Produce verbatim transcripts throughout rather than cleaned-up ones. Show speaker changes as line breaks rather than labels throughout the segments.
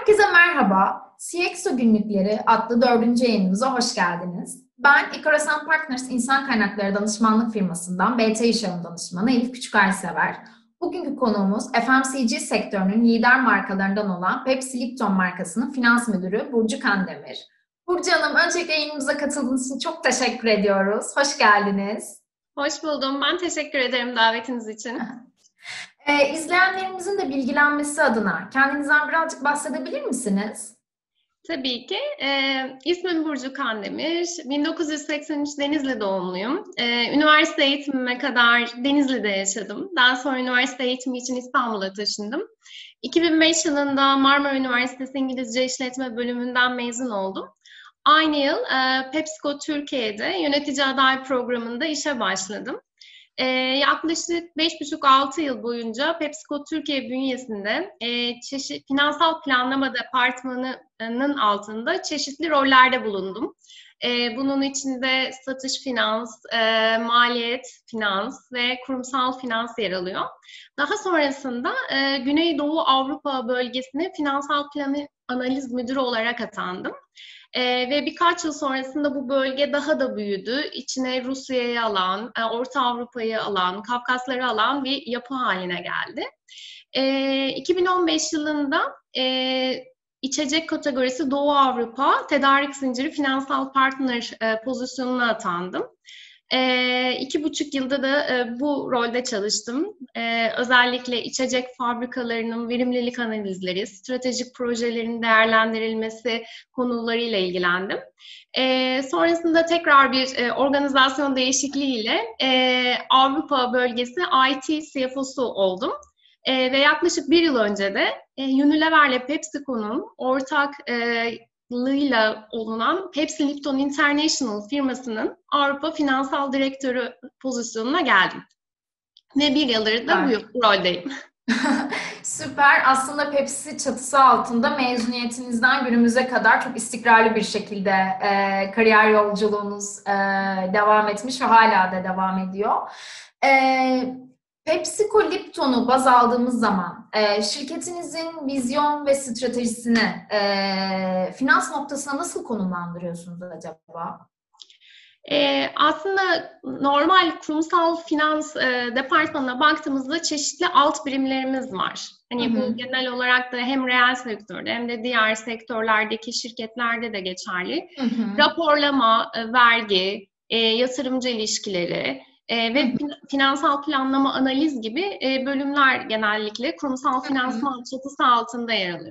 Herkese merhaba. C X O Günlükleri adlı dördüncü yayınımıza hoş geldiniz. Ben Ikarasan Partners İnsan Kaynakları Danışmanlık firmasından B T İşletme Danışmanı Elif Küçükersever. Bugünkü konuğumuz F M C G sektörünün lider markalarından olan Pepsi Lipton markasının finans müdürü Burcu Kandemir. Burcu Hanım, öncelikle yayınımıza katıldığınız için çok teşekkür ediyoruz. Hoş geldiniz.
Hoş buldum. Ben teşekkür ederim davetiniz için.
Ee, izleyenlerimizin de bilgilenmesi adına kendinizden birazcık bahsedebilir misiniz?
Tabii ki. Ee, ismim Burcu Kandemir. bin dokuz yüz seksen üç Denizli doğumluyum. Ee, üniversite eğitimime kadar Denizli'de yaşadım. Daha sonra üniversite eğitimi için İstanbul'a taşındım. iki bin beş yılında Marmara Üniversitesi İngilizce İşletme bölümünden mezun oldum. Aynı yıl e, PepsiCo Türkiye'de yönetici aday programında işe başladım. Ee, yaklaşık beş buçuk altı yıl boyunca PepsiCo Türkiye bünyesinde e, çeşit, finansal planlama departmanının altında çeşitli rollerde bulundum. E, bunun içinde satış finans, e, maliyet finans ve kurumsal finans yer alıyor. Daha sonrasında e, Güneydoğu Avrupa bölgesine finansal planı analiz müdürü olarak atandım. Ee, ve birkaç yıl sonrasında bu bölge daha da büyüdü. İçine Rusya'yı alan, e, Orta Avrupa'yı alan, Kafkasları alan bir yapı haline geldi. Ee, iki bin on beş yılında e, içecek kategorisi Doğu Avrupa Tedarik Zinciri Finansal Partner e, pozisyonuna atandım. E, iki buçuk yılda da e, bu rolde çalıştım. E, özellikle içecek fabrikalarının verimlilik analizleri, stratejik projelerin değerlendirilmesi konularıyla ilgilendim. E, sonrasında tekrar bir e, organizasyon değişikliğiyle e, Avrupa bölgesi I T C F O'su oldum. E, ve yaklaşık bir yıl önce de e, Unilever ile PepsiCo'nun ortak e, lığıyla olunan Pepsi Lipton International firmasının Avrupa Finansal Direktörü pozisyonuna geldim. Ve bir yıldır da bu, bu roldeyim.
Süper. Aslında Pepsi çatısı altında mezuniyetinizden günümüze kadar çok istikrarlı bir şekilde e, kariyer yolculuğunuz e, devam etmiş ve hala da devam ediyor. E, PepsiCo Lipton'u baz aldığımız zaman e, şirketinizin vizyon ve stratejisini e, finans noktasına nasıl konumlandırıyorsunuz acaba?
Ee, aslında normal kurumsal finans e, departmanına baktığımızda çeşitli alt birimlerimiz var. Hani
Hı hı.
bu genel olarak da hem reel sektörde hem de diğer sektörlerdeki şirketlerde de geçerli.
Hı hı.
Raporlama, e, vergi, e, yatırımcı ilişkileri e, ve fin- finansal planlama analiz gibi e, bölümler genellikle kurumsal finansman çatısı altında yer alıyor.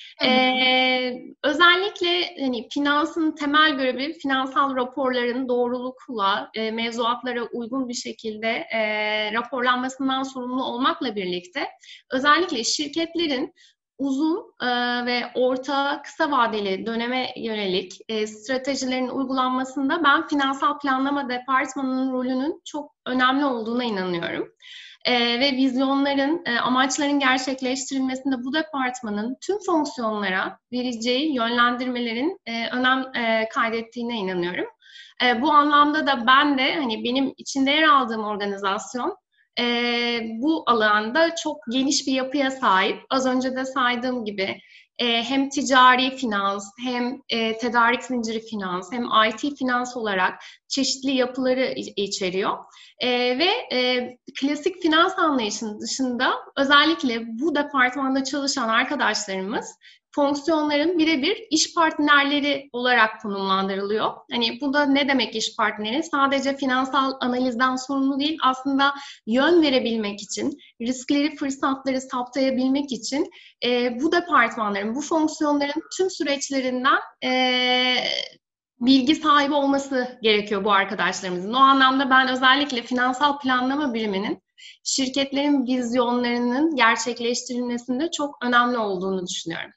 Ee, özellikle hani finansın temel görevi finansal raporların doğrulukla e, mevzuatlara uygun bir şekilde e, raporlanmasından sorumlu olmakla birlikte özellikle şirketlerin uzun e, ve orta kısa vadeli döneme yönelik e, stratejilerin uygulanmasında ben finansal planlama departmanının rolünün çok önemli olduğuna inanıyorum. E, ve vizyonların, e, amaçların gerçekleştirilmesinde bu departmanın tüm fonksiyonlara vereceği yönlendirmelerin e, önem e, kaydettiğine inanıyorum. E, bu anlamda da ben de hani benim içinde yer aldığım organizasyon e, bu alanda çok geniş bir yapıya sahip. Az önce de saydığım gibi e, hem ticari finans, hem e, tedarik zinciri finans, hem I T finans olarak çeşitli yapıları içeriyor. E, ve e, klasik finans anlayışının dışında özellikle bu departmanda çalışan arkadaşlarımız fonksiyonların birebir iş partnerleri olarak konumlandırılıyor. Hani bu da ne demek iş partneri? Sadece finansal analizden sorumlu değil, aslında yön verebilmek için, riskleri, fırsatları saptayabilmek için e, bu departmanların, bu fonksiyonların tüm süreçlerinden e, bilgi sahibi olması gerekiyor bu arkadaşlarımızın. O anlamda ben özellikle finansal planlama biriminin şirketlerin vizyonlarının gerçekleştirilmesinde çok önemli olduğunu düşünüyorum.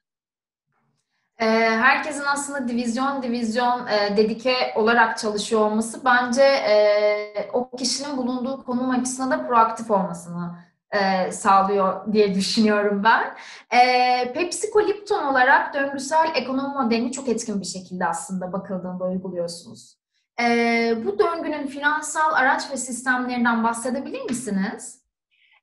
Herkesin aslında divizyon divizyon e, dedike olarak çalışıyor olması bence e, o kişinin bulunduğu konum açısından da proaktif olmasını e, sağlıyor diye düşünüyorum ben. E, PepsiCo Lipton olarak döngüsel ekonomi modelini çok etkin bir şekilde aslında bakıldığında uyguluyorsunuz. E, bu döngünün finansal araç ve sistemlerinden bahsedebilir misiniz?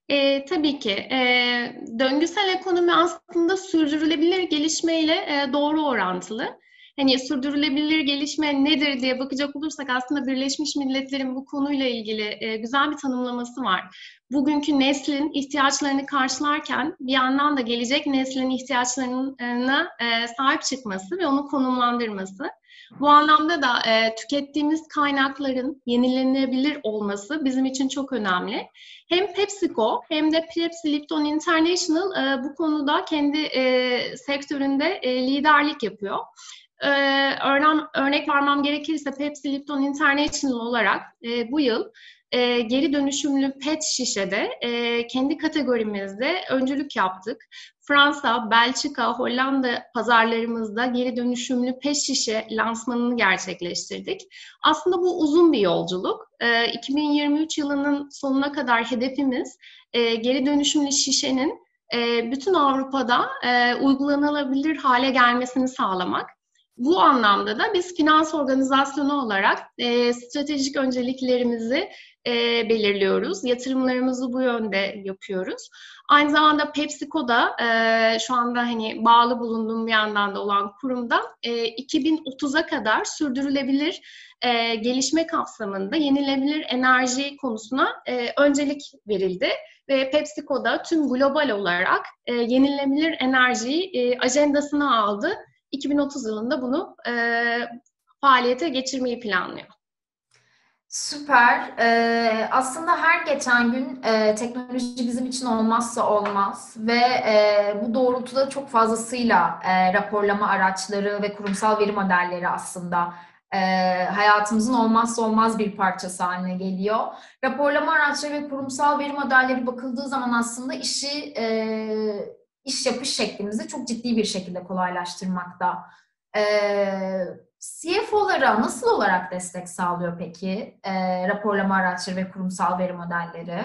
E, tabii ki. E, döngüsel ekonomi aslında sürdürülebilir gelişmeyle e, doğru orantılı. Hani sürdürülebilir gelişme nedir diye bakacak olursak aslında Birleşmiş Milletler'in bu konuyla ilgili e, güzel bir tanımlaması var. Bugünkü neslin ihtiyaçlarını karşılarken bir yandan da gelecek neslin ihtiyaçlarına e, sahip çıkması ve onu konumlandırması. Bu anlamda da e, tükettiğimiz kaynakların yenilenebilir olması bizim için çok önemli. Hem PepsiCo hem de Pepsi Lipton International e, bu konuda kendi e, sektöründe e, liderlik yapıyor. E, örnek, örnek vermem gerekirse Pepsi Lipton International olarak e, bu yıl e, geri dönüşümlü pet şişede e, kendi kategorimizde öncülük yaptık. Fransa, Belçika, Hollanda pazarlarımızda geri dönüşümlü pet şişe lansmanını gerçekleştirdik. Aslında bu uzun bir yolculuk. E, iki bin yirmi üç yılının sonuna kadar hedefimiz e, geri dönüşümlü şişenin e, bütün Avrupa'da e, uygulanabilir hale gelmesini sağlamak. Bu anlamda da biz finans organizasyonu olarak e, stratejik önceliklerimizi e, belirliyoruz. Yatırımlarımızı bu yönde yapıyoruz. Aynı zamanda PepsiCo da e, şu anda hani bağlı bulunduğum bir yandan da olan kurumda e, iki bin otuza kadar sürdürülebilir e, gelişme kapsamında yenilenebilir enerji konusuna e, öncelik verildi. Ve PepsiCo da tüm global olarak e, yenilenebilir enerjiyi e, ajandasına aldı. iki bin otuz yılında bunu e, faaliyete geçirmeyi planlıyor.
Süper. Ee, aslında her geçen gün e, teknoloji bizim için olmazsa olmaz ve e, bu doğrultuda çok fazlasıyla e, raporlama araçları ve kurumsal veri modelleri aslında e, hayatımızın olmazsa olmaz bir parçası haline geliyor. Raporlama araçları ve kurumsal veri modelleri bakıldığı zaman aslında işi e, iş yapış şeklimizi çok ciddi bir şekilde kolaylaştırmakta. Ee, C F O'lara nasıl olarak destek sağlıyor peki e, raporlama araçları ve kurumsal veri modelleri?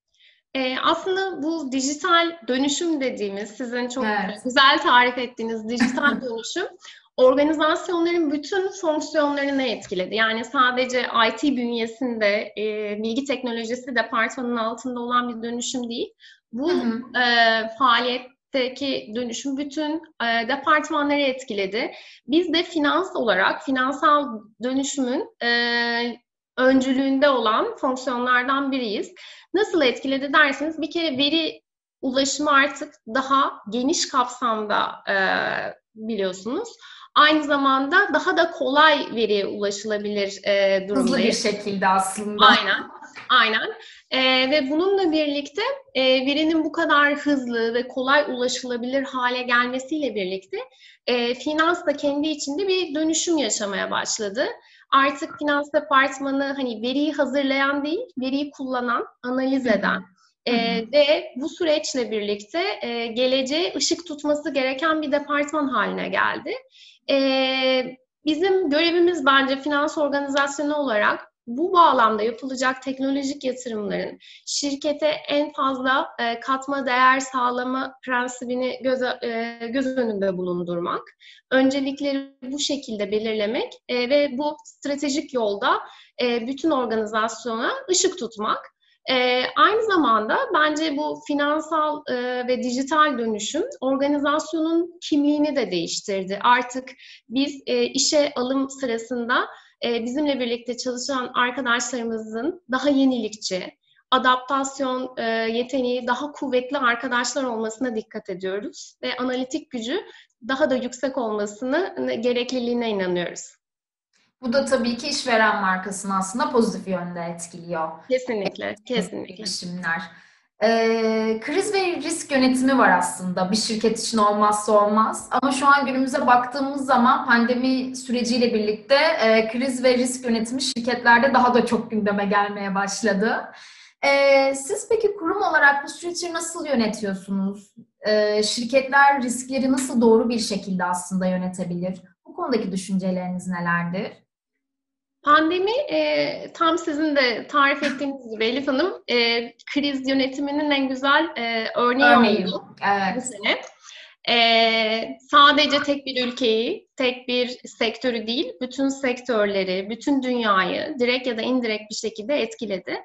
E, aslında bu dijital dönüşüm dediğimiz, sizin çok
Evet.
güzel tarif ettiğiniz dijital dönüşüm, organizasyonların bütün fonksiyonlarını etkiledi. Yani sadece I T bünyesinde, e, bilgi teknolojisi departmanının altında olan bir dönüşüm değil. Bu
Hı hı.
e, faaliyetteki dönüşüm bütün e, departmanları etkiledi. Biz de finans olarak finansal dönüşümün e, öncülüğünde olan fonksiyonlardan biriyiz. Nasıl etkiledi derseniz bir kere veri ulaşımı artık daha geniş kapsamda e, biliyorsunuz. Aynı zamanda daha da kolay veriye ulaşılabilir e, durumdayız.
Hızlı bir şekilde aslında.
Aynen, aynen. E, ve bununla birlikte e, verinin bu kadar hızlı ve kolay ulaşılabilir hale gelmesiyle birlikte e, finans da kendi içinde bir dönüşüm yaşamaya başladı. Artık finans departmanı hani veriyi hazırlayan değil, veriyi kullanan, analiz eden e, ve bu süreçle birlikte e, geleceğe ışık tutması gereken bir departman haline geldi. E, bizim görevimiz bence finans organizasyonu olarak bu bağlamda yapılacak teknolojik yatırımların şirkete en fazla e, katma değer sağlama prensibini göz, e, göz önünde bulundurmak, öncelikleri bu şekilde belirlemek e, ve bu stratejik yolda e, bütün organizasyona ışık tutmak. E, aynı zamanda bence bu finansal e, ve dijital dönüşüm organizasyonun kimliğini de değiştirdi. Artık biz e, işe alım sırasında bizimle birlikte çalışan arkadaşlarımızın daha yenilikçi, adaptasyon yeteneği daha kuvvetli arkadaşlar olmasına dikkat ediyoruz ve analitik gücü daha da yüksek olmasını gerekliliğine inanıyoruz.
Bu da tabii ki işveren markasını aslında pozitif yönde etkiliyor.
Kesinlikle, kesinlikle.
Girişimler. Ee, kriz ve risk yönetimi var aslında bir şirket için olmazsa olmaz. Ama şu an günümüze baktığımız zaman pandemi süreciyle birlikte e, kriz ve risk yönetimi şirketlerde daha da çok gündeme gelmeye başladı. Ee, siz peki kurum olarak bu süreci nasıl yönetiyorsunuz? Ee, şirketler riskleri nasıl doğru bir şekilde aslında yönetebilir? Bu konudaki düşünceleriniz nelerdir?
Pandemi e, tam sizin de tarif ettiğiniz gibi Elif Hanım e, kriz yönetiminin en güzel e, örneği
Örneğin,
oldu
evet.
bu sene. E, sadece tek bir ülkeyi, tek bir sektörü değil, bütün sektörleri, bütün dünyayı direkt ya da indirekt bir şekilde etkiledi.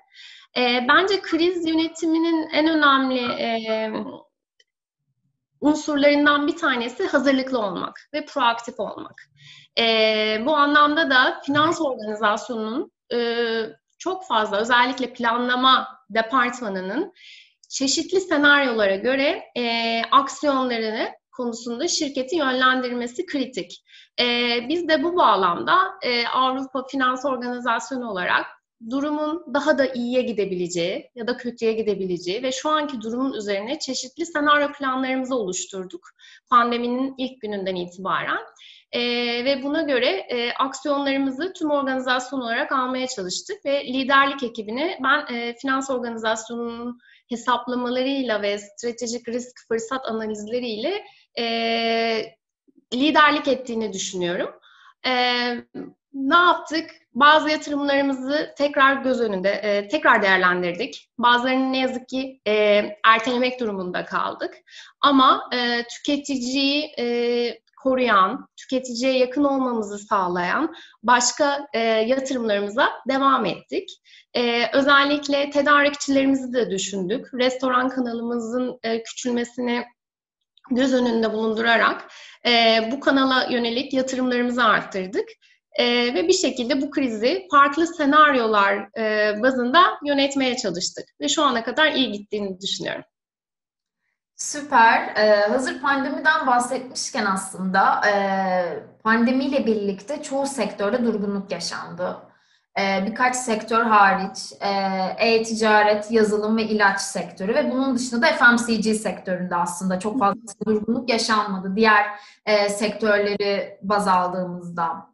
E, bence kriz yönetiminin en önemli e, unsurlarından bir tanesi hazırlıklı olmak ve proaktif olmak. E, bu anlamda da finans organizasyonunun e, çok fazla, özellikle planlama departmanının çeşitli senaryolara göre e, aksiyonlarını konusunda şirketi yönlendirmesi kritik. E, biz de bu bağlamda e, Avrupa Finans Organizasyonu olarak durumun daha da iyiye gidebileceği ya da kötüye gidebileceği ve şu anki durumun üzerine çeşitli senaryo planlarımızı oluşturduk pandeminin ilk gününden itibaren. E, ve buna göre e, aksiyonlarımızı tüm organizasyon olarak almaya çalıştık ve liderlik ekibini ben e, finans organizasyonunun hesaplamalarıyla ve stratejik risk fırsat analizleriyle e, liderlik ettiğini düşünüyorum. E, ne yaptık? Bazı yatırımlarımızı tekrar göz önünde, e, tekrar değerlendirdik. Bazılarını ne yazık ki e, ertelemek durumunda kaldık. Ama e, tüketiciyi e, koruyan, tüketiciye yakın olmamızı sağlayan başka e, yatırımlarımıza devam ettik. E, özellikle tedarikçilerimizi de düşündük. Restoran kanalımızın e, küçülmesini göz önünde bulundurarak e, bu kanala yönelik yatırımlarımızı arttırdık. Ee, ve bir şekilde bu krizi farklı senaryolar e, bazında yönetmeye çalıştık. Ve şu ana kadar iyi gittiğini düşünüyorum.
Süper. Ee, hazır pandemiden bahsetmişken aslında e, pandemiyle birlikte çoğu sektörde durgunluk yaşandı. E, birkaç sektör hariç e, e-ticaret, yazılım ve ilaç sektörü ve bunun dışında da F M C G sektöründe aslında çok fazla durgunluk yaşanmadı. Diğer e, sektörleri baz aldığımızda.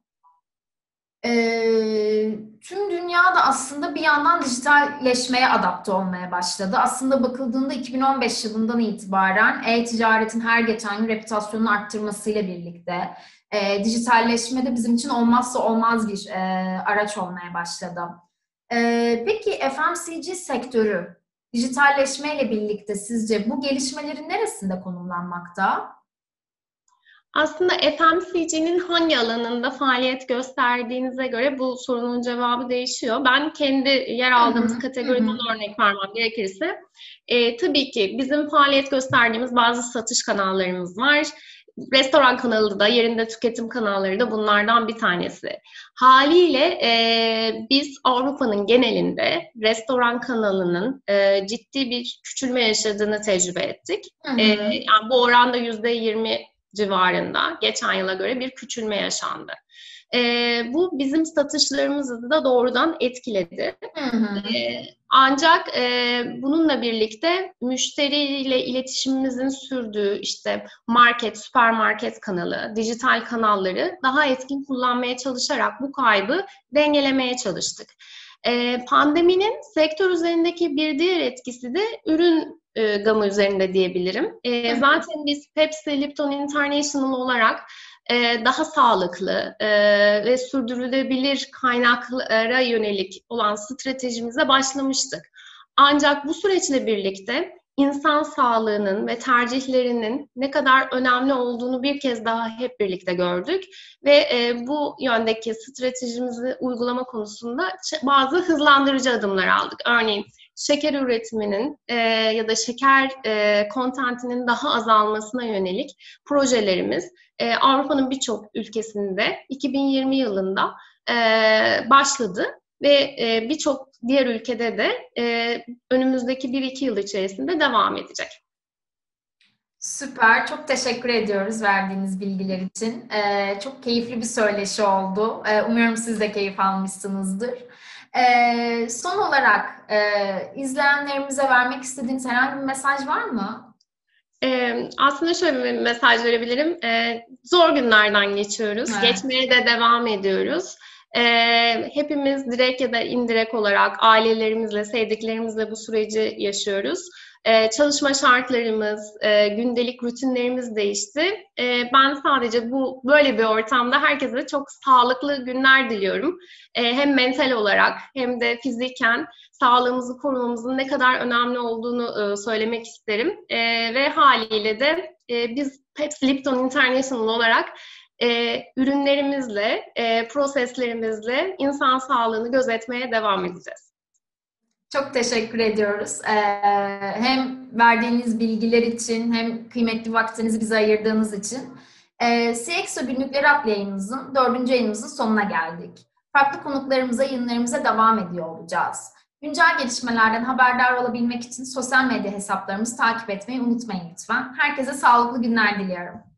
Ee, tüm dünya da aslında bir yandan dijitalleşmeye adapte olmaya başladı. Aslında bakıldığında iki bin on beş yılından itibaren e-ticaretin her geçen gün reputasyonunu arttırmasıyla birlikte e, dijitalleşme de bizim için olmazsa olmaz bir e, araç olmaya başladı. E, peki F M C G sektörü dijitalleşmeyle birlikte sizce bu gelişmelerin neresinde konumlanmakta?
Aslında F M C G'nin hangi alanında faaliyet gösterdiğinize göre bu sorunun cevabı değişiyor. Ben kendi yer aldığımız hı hı, kategoriden hı. örnek vermem gerekirse, e, tabii ki bizim faaliyet gösterdiğimiz bazı satış kanallarımız var. Restoran kanalı da, yerinde tüketim kanalları da bunlardan bir tanesi. Haliyle e, biz Avrupa'nın genelinde restoran kanalının e, ciddi bir küçülme yaşadığını tecrübe ettik. Hı hı. E, yani bu oranda yüzde yirmi civarında geçen yıla göre bir küçülme yaşandı. Ee, bu bizim satışlarımızı da doğrudan etkiledi. Hı hı. Ee, ancak e, bununla birlikte müşteriyle iletişimimizin sürdüğü işte market, süpermarket kanalı, dijital kanalları daha etkin kullanmaya çalışarak bu kaybı dengelemeye çalıştık. Ee, pandeminin sektör üzerindeki bir diğer etkisi de ürün e, gamı üzerinde diyebilirim. E, zaten biz Pepsi, Lipton International olarak e, daha sağlıklı e, ve sürdürülebilir kaynaklara yönelik olan stratejimize başlamıştık. Ancak bu süreçle birlikte insan sağlığının ve tercihlerinin ne kadar önemli olduğunu bir kez daha hep birlikte gördük ve e, bu yöndeki stratejimizi uygulama konusunda bazı hızlandırıcı adımlar aldık. Örneğin şeker üretiminin e, ya da şeker e, kontentinin daha azalmasına yönelik projelerimiz e, Avrupa'nın birçok ülkesinde iki bin yirmi yılında e, başladı. Ve e, birçok diğer ülkede de e, önümüzdeki bir iki yıl içerisinde devam edecek.
Süper, çok teşekkür ediyoruz verdiğiniz bilgiler için. Ee, çok keyifli bir söyleşi oldu. Ee, umuyorum siz de keyif almışsınızdır. Ee, son olarak e, izleyenlerimize vermek istediğiniz herhangi bir mesaj var mı?
Ee, aslında şöyle bir mesaj verebilirim. Ee, zor günlerden geçiyoruz. Evet. Geçmeye de devam ediyoruz. Ee, hepimiz direkt ya da indirekt olarak ailelerimizle, sevdiklerimizle bu süreci yaşıyoruz. Ee, çalışma şartlarımız, e, gündelik rutinlerimiz değişti. Ee, ben sadece bu böyle bir ortamda herkese çok sağlıklı günler diliyorum. Ee, hem mental olarak hem de fiziken sağlığımızı korumamızın ne kadar önemli olduğunu e, söylemek isterim. E, ve haliyle de e, biz Pepsi Lipton International olarak E, ürünlerimizle, e, proseslerimizle insan sağlığını gözetmeye devam edeceğiz.
Çok teşekkür ediyoruz. Ee, hem verdiğiniz bilgiler için hem kıymetli vaktinizi bize ayırdığınız için. Ee, C X O Günlükleri adlı yayınımızın, dördüncü yayınımızın sonuna geldik. Farklı konuklarımıza, yayınlarımıza devam ediyor olacağız. Güncel gelişmelerden haberdar olabilmek için sosyal medya hesaplarımızı takip etmeyi unutmayın lütfen. Herkese sağlıklı günler diliyorum.